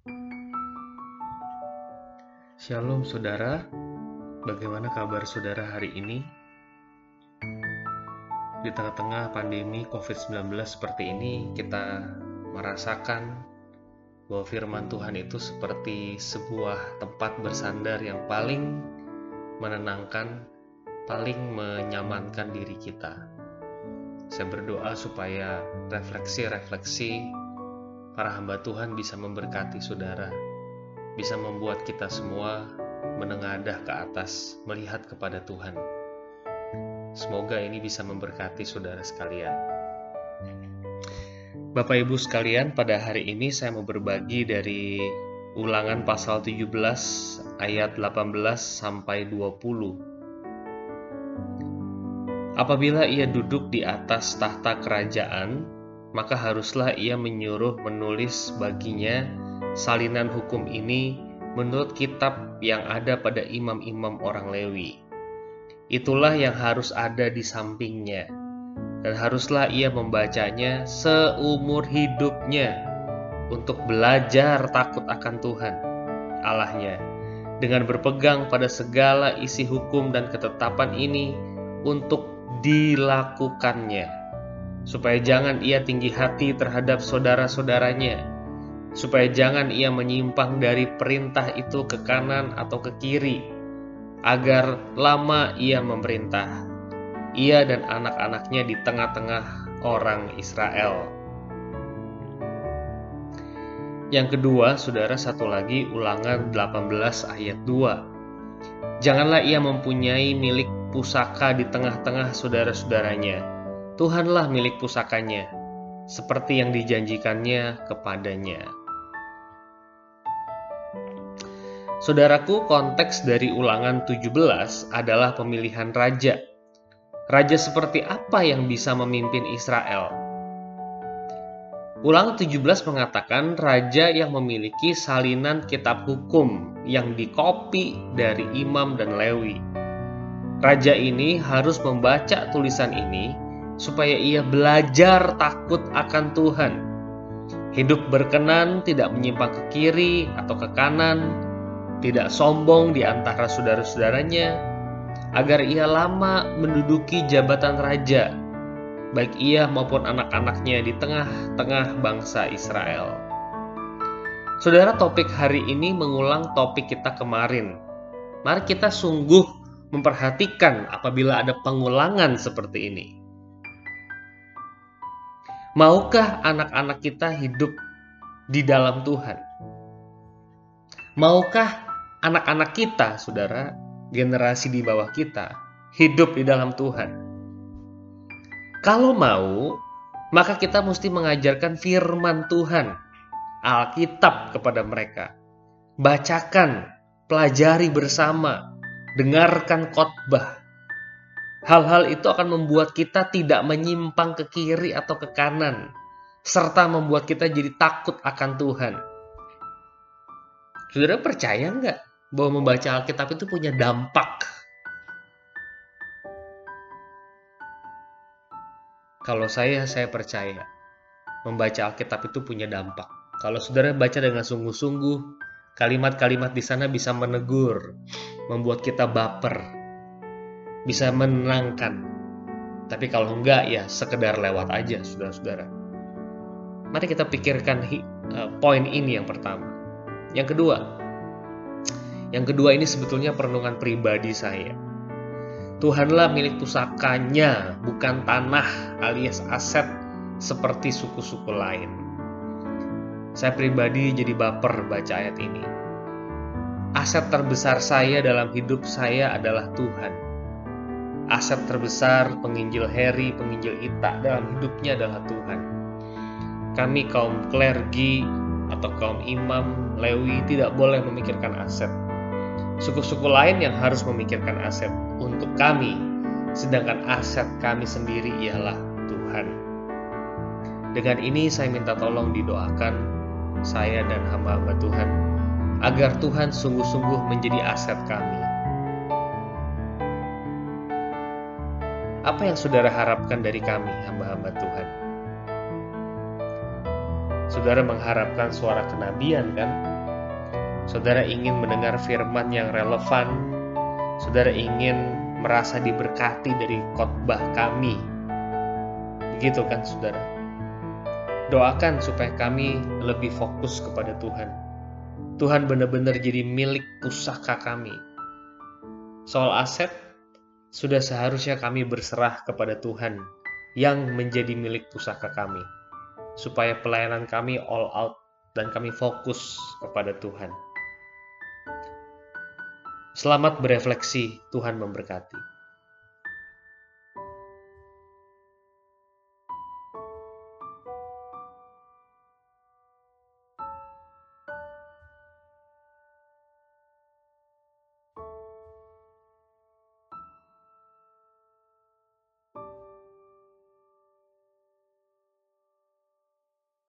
Shalom saudara, bagaimana kabar saudara hari ini? Di tengah-tengah pandemi COVID-19 seperti ini, kita merasakan bahwa firman Tuhan itu seperti sebuah tempat bersandar yang paling menenangkan, paling menyamankan diri kita. Saya berdoa supaya refleksi-refleksi para hamba Tuhan bisa memberkati saudara, bisa membuat kita semua menengadah ke atas, melihat kepada Tuhan. Semoga ini bisa memberkati saudara sekalian. Bapak Ibu sekalian, pada hari ini saya mau berbagi dari Ulangan pasal 17 ayat 18 sampai 20. Apabila ia duduk di atas tahta kerajaan, maka haruslah ia menyuruh menulis baginya salinan hukum ini menurut kitab yang ada pada imam-imam orang Lewi. Itulah yang harus ada di sampingnya, dan haruslah ia membacanya seumur hidupnya untuk belajar takut akan Tuhan Allahnya, dengan berpegang pada segala isi hukum dan ketetapan ini untuk dilakukannya, supaya jangan ia tinggi hati terhadap saudara-saudaranya, supaya jangan ia menyimpang dari perintah itu ke kanan atau ke kiri, agar lama ia memerintah, ia dan anak-anaknya di tengah-tengah orang Israel. Yang kedua, saudara, satu lagi, Ulangan 18 ayat 2. Janganlah ia mempunyai milik pusaka di tengah-tengah saudara-saudaranya. Tuhanlah milik pusakanya, seperti yang dijanjikannya kepadanya. Saudaraku, konteks dari Ulangan 17 adalah pemilihan raja. Raja seperti apa yang bisa memimpin Israel? Ulangan 17 mengatakan raja yang memiliki salinan kitab hukum yang dikopi dari imam dan Lewi. Raja ini harus membaca tulisan ini supaya ia belajar takut akan Tuhan, hidup berkenan, tidak menyimpang ke kiri atau ke kanan, tidak sombong di antara saudara-saudaranya, agar ia lama menduduki jabatan raja, baik ia maupun anak-anaknya di tengah-tengah bangsa Israel. Saudara, topik hari ini mengulang topik kita kemarin. Mari kita sungguh memperhatikan apabila ada pengulangan seperti ini. Maukah anak-anak kita hidup di dalam Tuhan? Maukah anak-anak kita, saudara, generasi di bawah kita, hidup di dalam Tuhan? Kalau mau, maka kita mesti mengajarkan firman Tuhan, Alkitab kepada mereka. Bacakan, pelajari bersama, dengarkan khotbah. Hal-hal itu akan membuat kita tidak menyimpang ke kiri atau ke kanan, serta membuat kita jadi takut akan Tuhan. Saudara percaya nggak bahwa membaca Alkitab itu punya dampak? Kalau saya percaya membaca Alkitab itu punya dampak. Kalau saudara baca dengan sungguh-sungguh, kalimat-kalimat di sana bisa menegur, membuat kita baper, bisa menenangkan. Tapi kalau enggak, ya sekedar lewat aja, saudara-saudara. Mari kita pikirkan poin ini yang pertama. Yang kedua ini sebetulnya perenungan pribadi saya. Tuhanlah milik pusakanya, bukan tanah alias aset seperti suku-suku lain. Saya pribadi jadi baper baca ayat ini. Aset terbesar saya dalam hidup saya adalah Tuhan. Aset terbesar penginjil Heri, penginjil Ita dalam hidupnya adalah Tuhan. Kami kaum klergi atau kaum imam Lewi tidak boleh memikirkan aset. Suku-suku lain yang harus memikirkan aset untuk kami, sedangkan aset kami sendiri ialah Tuhan. Dengan ini saya minta tolong didoakan saya dan hamba-hamba Tuhan, agar Tuhan sungguh-sungguh menjadi aset kami. Apa yang saudara harapkan dari kami, hamba-hamba Tuhan? Saudara mengharapkan suara kenabian kan? saudara ingin mendengar firman yang relevan, saudara ingin merasa diberkati dari khotbah kami. Begitu kan saudara? Doakan supaya kami lebih fokus kepada Tuhan. Tuhan benar-benar jadi milik pusaka kami. Soal aset, sudah seharusnya kami berserah kepada Tuhan yang menjadi milik pusaka kami, supaya pelayanan kami all out dan kami fokus kepada Tuhan. Selamat berefleksi, Tuhan memberkati.